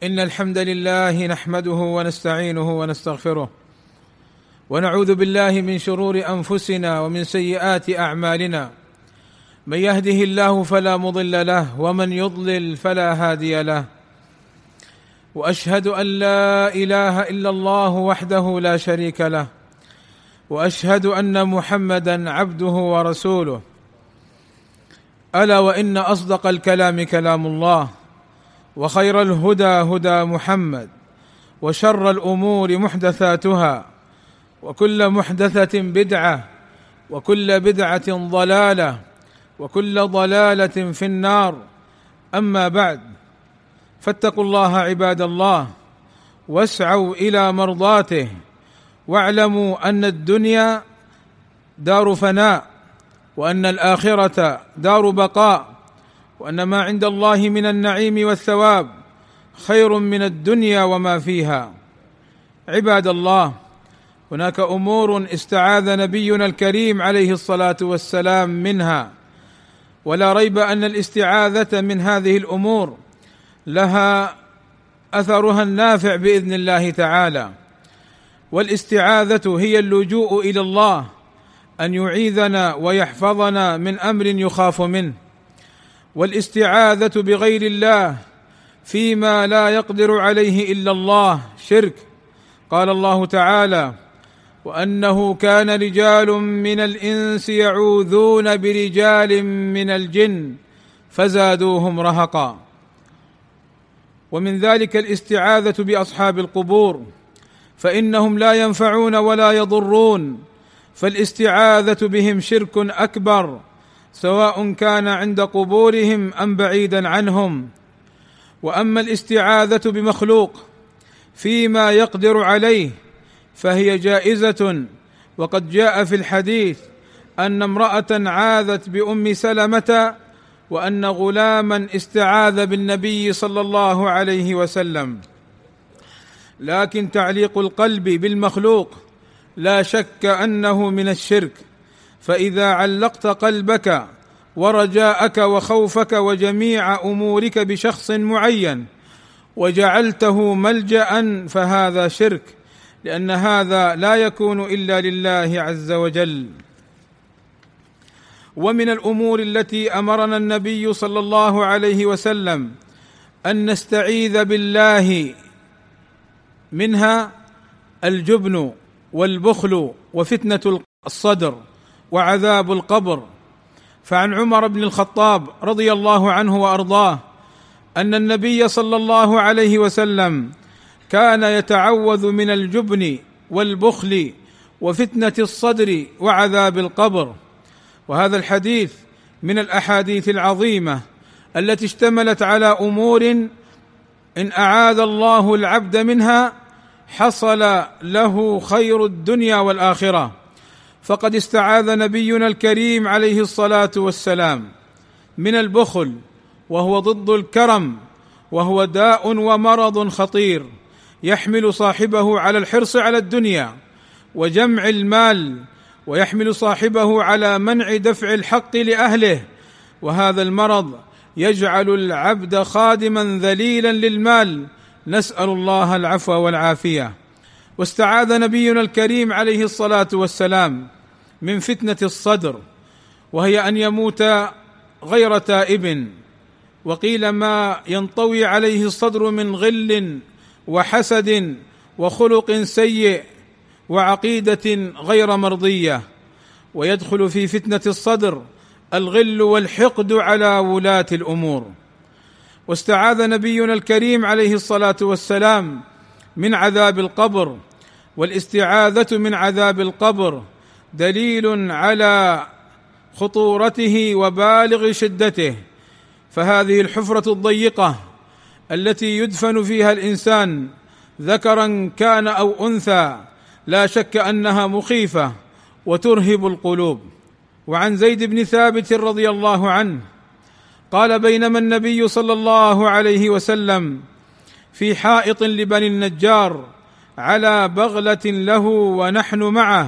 إن الحمد لله نحمده ونستعينه ونستغفره، ونعوذ بالله من شرور أنفسنا ومن سيئات أعمالنا. من يهده الله فلا مضل له، ومن يضلل فلا هادي له. وأشهد أن لا إله إلا الله وحده لا شريك له، وأشهد أن محمدا عبده ورسوله. ألا وإن أصدق الكلام كلام الله، وخير الهدى هدى محمد، وشر الأمور محدثاتها، وكل محدثة بدعة، وكل بدعة ضلالة، وكل ضلالة في النار. أما بعد، فاتقوا الله عباد الله، واسعوا إلى مرضاته، واعلموا أن الدنيا دار فناء، وأن الآخرة دار بقاء، وأن ما عند الله من النعيم والثواب خير من الدنيا وما فيها. عباد الله، هناك أمور استعاذ نبينا الكريم عليه الصلاة والسلام منها، ولا ريب أن الاستعاذة من هذه الأمور لها أثرها النافع بإذن الله تعالى. والاستعاذة هي اللجوء إلى الله أن يعيذنا ويحفظنا من أمر يخاف منه. والاستعاذة بغير الله فيما لا يقدر عليه إلا الله شرك. قال الله تعالى: وأنه كان رجال من الإنس يعوذون برجال من الجن فزادوهم رهقا. ومن ذلك الاستعاذة بأصحاب القبور، فإنهم لا ينفعون ولا يضرون، فالاستعاذة بهم شرك أكبر، سواء كان عند قبورهم أم بعيدا عنهم. وأما الاستعاذة بمخلوق فيما يقدر عليه فهي جائزة، وقد جاء في الحديث أن امرأة عاذت بأم سلمة، وأن غلاما استعاذ بالنبي صلى الله عليه وسلم. لكن تعليق القلب بالمخلوق لا شك أنه من الشرك، فإذا علقت قلبك ورجاءك وخوفك وجميع أمورك بشخص معين وجعلته ملجأ فهذا شرك، لأن هذا لا يكون إلا لله عز وجل. ومن الأمور التي أمرنا النبي صلى الله عليه وسلم أن نستعيذ بالله منها الجبن والبخل وفتنة الصدر وعذاب القبر. فعن عمر بن الخطاب رضي الله عنه وأرضاه أن النبي صلى الله عليه وسلم كان يتعوذ من الجبن والبخل وفتنة الصدر وعذاب القبر. وهذا الحديث من الأحاديث العظيمة التي اشتملت على أمور إن أعاذ الله العبد منها حصل له خير الدنيا والآخرة. فقد استعاذ نبينا الكريم عليه الصلاة والسلام من البخل، وهو ضد الكرم، وهو داء ومرض خطير يحمل صاحبه على الحرص على الدنيا وجمع المال، ويحمل صاحبه على منع دفع الحق لأهله. وهذا المرض يجعل العبد خادما ذليلا للمال، نسأل الله العفو والعافية. واستعاذ نبينا الكريم عليه الصلاة والسلام من فتنة الصدر، وهي أن يموت غير تائب، وقيل ما ينطوي عليه الصدر من غل وحسد وخلق سيء وعقيدة غير مرضية. ويدخل في فتنة الصدر الغل والحقد على ولاة الأمور. واستعاذ نبينا الكريم عليه الصلاة والسلام من عذاب القبر. والاستعاذة من عذاب القبر دليل على خطورته وبالغ شدته، فهذه الحفرة الضيقة التي يدفن فيها الإنسان ذكرا كان أو أنثى لا شك أنها مخيفة وترهب القلوب. وعن زيد بن ثابت رضي الله عنه قال: بينما النبي صلى الله عليه وسلم في حائط لبني النجار على بغلة له ونحن معه،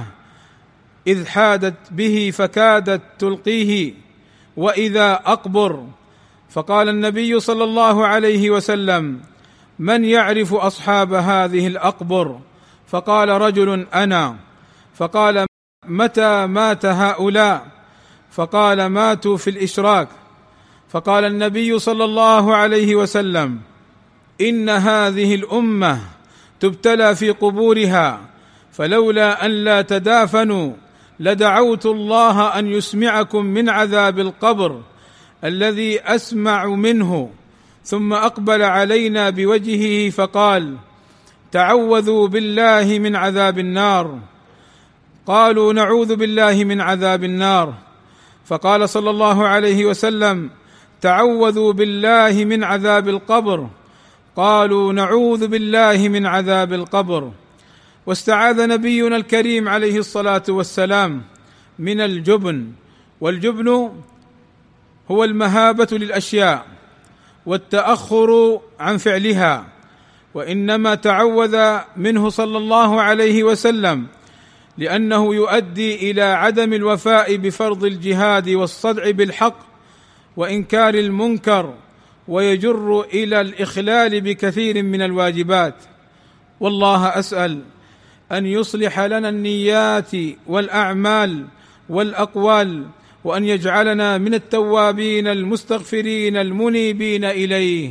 إذ حادت به فكادت تلقيه، وإذا أقبر، فقال النبي صلى الله عليه وسلم: من يعرف أصحاب هذه الأقبر؟ فقال رجل: أنا. فقال: متى مات هؤلاء؟ فقال: ماتوا في الإشراك. فقال النبي صلى الله عليه وسلم: إن هذه الأمة تبتلى في قبورها، فلولا أن لا تدافنوا لدعوت الله أن يسمعكم من عذاب القبر الذي أسمع منه. ثم أقبل علينا بوجهه فقال: تعوذوا بالله من عذاب النار. قالوا: نعوذ بالله من عذاب النار. فقال صلى الله عليه وسلم: تعوذوا بالله من عذاب القبر. قالوا: نعوذ بالله من عذاب القبر. واستعاذ نبينا الكريم عليه الصلاة والسلام من الجبن، والجبن هو المهابة للأشياء والتأخر عن فعلها، وإنما تعوذ منه صلى الله عليه وسلم لأنه يؤدي إلى عدم الوفاء بفرض الجهاد والصدع بالحق وإنكار المنكر، ويجر إلى الإخلال بكثير من الواجبات. والله أسأل أن يصلح لنا النيات والأعمال والأقوال، وأن يجعلنا من التوابين المستغفرين المنيبين إليه.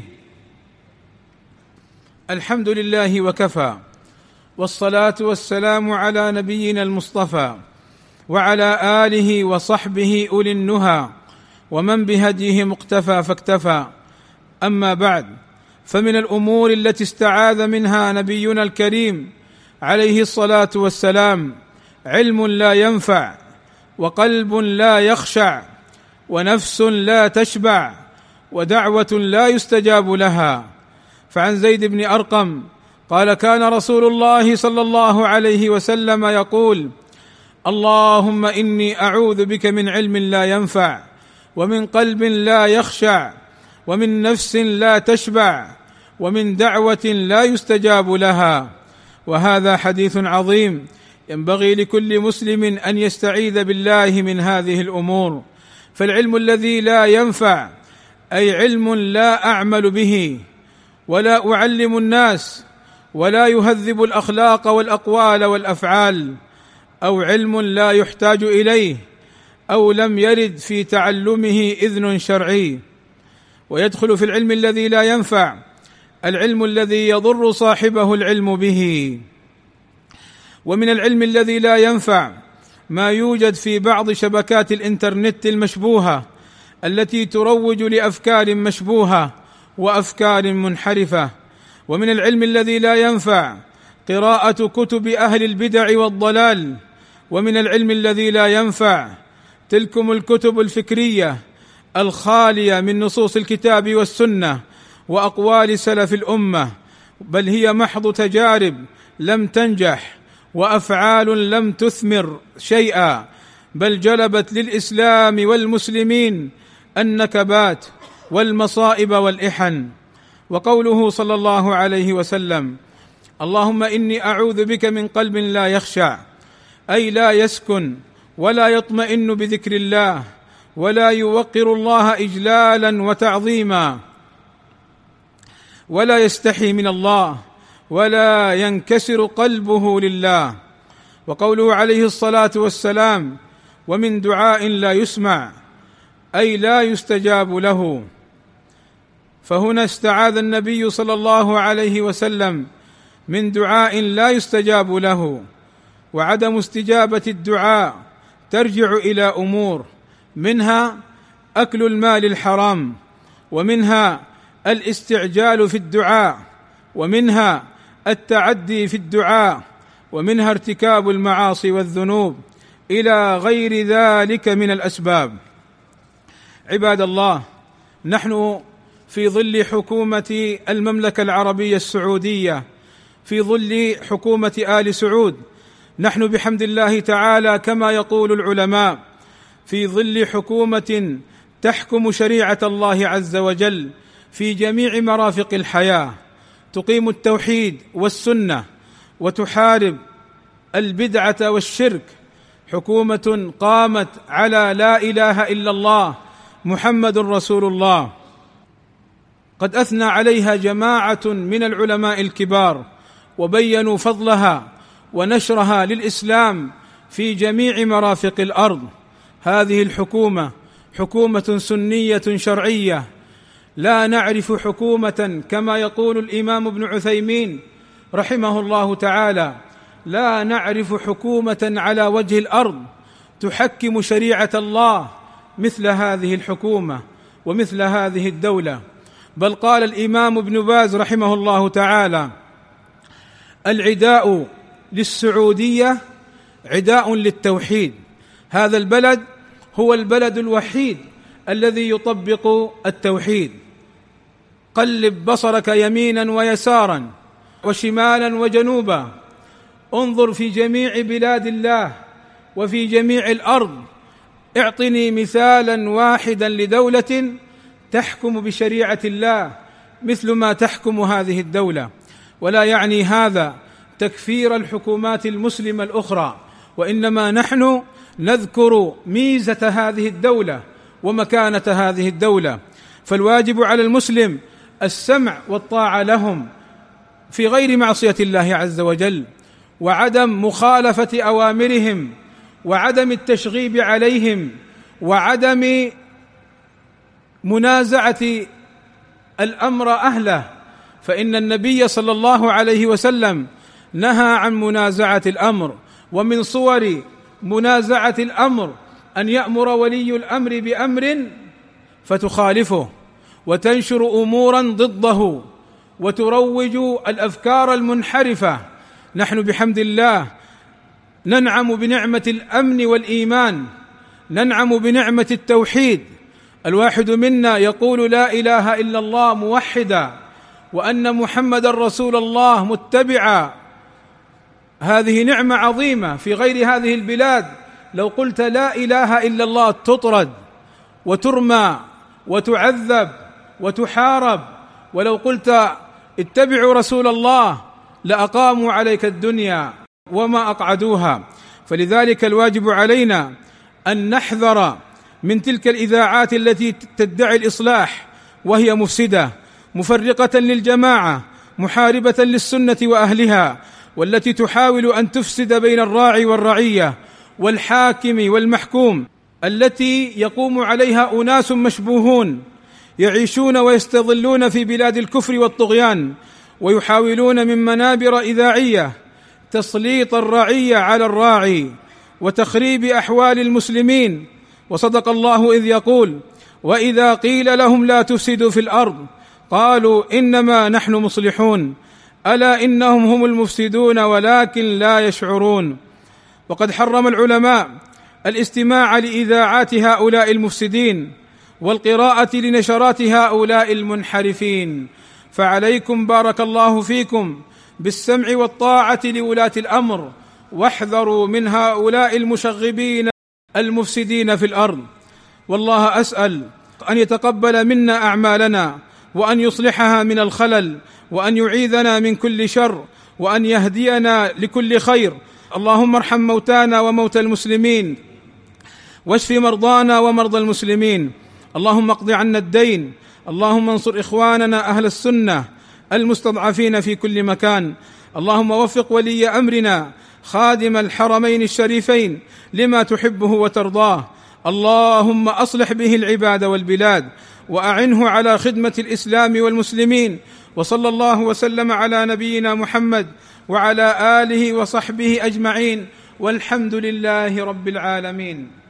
الحمد لله وكفى، والصلاة والسلام على نبينا المصطفى وعلى آله وصحبه أولي النهى ومن بهديه مقتفى فاكتفى. أما بعد، فمن الأمور التي استعاذ منها نبينا الكريم عليه الصلاة والسلام علم لا ينفع، وقلب لا يخشع، ونفس لا تشبع، ودعوة لا يستجاب لها. فعن زيد بن أرقم قال: كان رسول الله صلى الله عليه وسلم يقول: اللهم إني أعوذ بك من علم لا ينفع، ومن قلب لا يخشع، ومن نفس لا تشبع، ومن دعوة لا يستجاب لها. وهذا حديث عظيم ينبغي لكل مسلم أن يستعيذ بالله من هذه الأمور. فالعلم الذي لا ينفع أي علم لا أعمل به ولا أعلم الناس ولا يهذب الأخلاق والأقوال والأفعال، أو علم لا يحتاج إليه، أو لم يرد في تعلمه إذن شرعي. ويدخل في العلم الذي لا ينفع العلم الذي يضر صاحبه العلم به. ومن العلم الذي لا ينفع ما يوجد في بعض شبكات الإنترنت المشبوهة التي تروج لأفكار مشبوهة وأفكار منحرفة. ومن العلم الذي لا ينفع قراءة كتب أهل البدع والضلال. ومن العلم الذي لا ينفع تلكم الكتب الفكرية الخالية من نصوص الكتاب والسنة وأقوال سلف الأمة، بل هي محض تجارب لم تنجح وأفعال لم تثمر شيئا، بل جلبت للإسلام والمسلمين النكبات والمصائب والإحن. وقوله صلى الله عليه وسلم: اللهم إني أعوذ بك من قلب لا يخشع، أي لا يسكن ولا يطمئن بذكر الله، ولا يوقر الله إجلالا وتعظيما، ولا يستحي من الله، ولا ينكسر قلبه لله. وقوله عليه الصلاة والسلام: ومن دعاء لا يسمع، أي لا يستجاب له. فهنا استعاذ النبي صلى الله عليه وسلم من دعاء لا يستجاب له. وعدم استجابة الدعاء ترجع إلى أمور، منها أكل المال الحرام، ومنها الاستعجال في الدعاء، ومنها التعدي في الدعاء، ومنها ارتكاب المعاصي والذنوب، إلى غير ذلك من الأسباب. عباد الله، نحن في ظل حكومة المملكة العربية السعودية، في ظل حكومة آل سعود، نحن بحمد الله تعالى كما يقول العلماء في ظل حكومة تحكم شريعة الله عز وجل في جميع مرافق الحياة، تقيم التوحيد والسنة وتحارب البدعة والشرك، حكومة قامت على لا إله إلا الله محمد رسول الله. قد أثنى عليها جماعة من العلماء الكبار وبينوا فضلها ونشرها للإسلام في جميع مرافق الأرض. هذه الحكومة حكومة سنية شرعية، لا نعرف حكومة كما يقول الإمام ابن عثيمين رحمه الله تعالى، لا نعرف حكومة على وجه الأرض تحكم شريعة الله مثل هذه الحكومة ومثل هذه الدولة. بل قال الإمام ابن باز رحمه الله تعالى: العداء للسعودية عداء للتوحيد. هذا البلد هو البلد الوحيد الذي يطبق التوحيد. قلب بصرك يمينا ويسارا وشمالا وجنوبا، انظر في جميع بلاد الله وفي جميع الأرض، اعطني مثالا واحدا لدولة تحكم بشريعة الله مثل ما تحكم هذه الدولة. ولا يعني هذا تكفير الحكومات المسلمة الأخرى، وإنما نحن نذكر ميزة هذه الدولة ومكانة هذه الدولة. فالواجب على المسلم السمع والطاعة لهم في غير معصية الله عز وجل، وعدم مخالفة أوامرهم، وعدم التشغيب عليهم، وعدم منازعة الأمر أهله، فإن النبي صلى الله عليه وسلم نهى عن منازعة الأمر. ومن صور منازعة الأمر أن يأمر ولي الأمر بأمر فتخالفه وتنشر أمورا ضده وتروج الأفكار المنحرفة. نحن بحمد الله ننعم بنعمة الأمن والإيمان، ننعم بنعمة التوحيد. الواحد منا يقول لا إله إلا الله موحدا، وأن محمد رسول الله متبعا. هذه نعمة عظيمة. في غير هذه البلاد لو قلت لا إله إلا الله تطرد وترمى وتعذب وتحارب، ولو قلت اتبعوا رسول الله لأقاموا عليك الدنيا وما أقعدوها. فلذلك الواجب علينا أن نحذر من تلك الإذاعات التي تدعي الإصلاح وهي مفسدة، مفرقة للجماعة، محاربة للسنة وأهلها، والتي تحاول أن تفسد بين الراعي والرعية والحاكم والمحكوم، التي يقوم عليها أناس مشبوهون يعيشون ويستظلون في بلاد الكفر والطغيان، ويحاولون من منابر إذاعية تسليط الرعية على الراعي وتخريب أحوال المسلمين. وصدق الله إذ يقول: وإذا قيل لهم لا تفسدوا في الأرض قالوا إنما نحن مصلحون ألا إنهم هم المفسدون ولكن لا يشعرون. وقد حرم العلماء الاستماع لإذاعات هؤلاء المفسدين والقراءة لنشرات هؤلاء المنحرفين. فعليكم بارك الله فيكم بالسمع والطاعة لولاة الأمر، واحذروا من هؤلاء المشغبين المفسدين في الأرض. والله أسأل أن يتقبل منا أعمالنا، وأن يصلحها من الخلل، وأن يعيذنا من كل شر، وأن يهدينا لكل خير. اللهم ارحم موتانا وموتى المسلمين، واشف مرضانا ومرضى المسلمين. اللهم اقض عنا الدين. اللهم انصر إخواننا أهل السنة المستضعفين في كل مكان. اللهم وفق ولي أمرنا خادم الحرمين الشريفين لما تحبه وترضاه. اللهم أصلح به العباد والبلاد، وأعنه على خدمة الإسلام والمسلمين. وصلى الله وسلم على نبينا محمد وعلى آله وصحبه أجمعين، والحمد لله رب العالمين.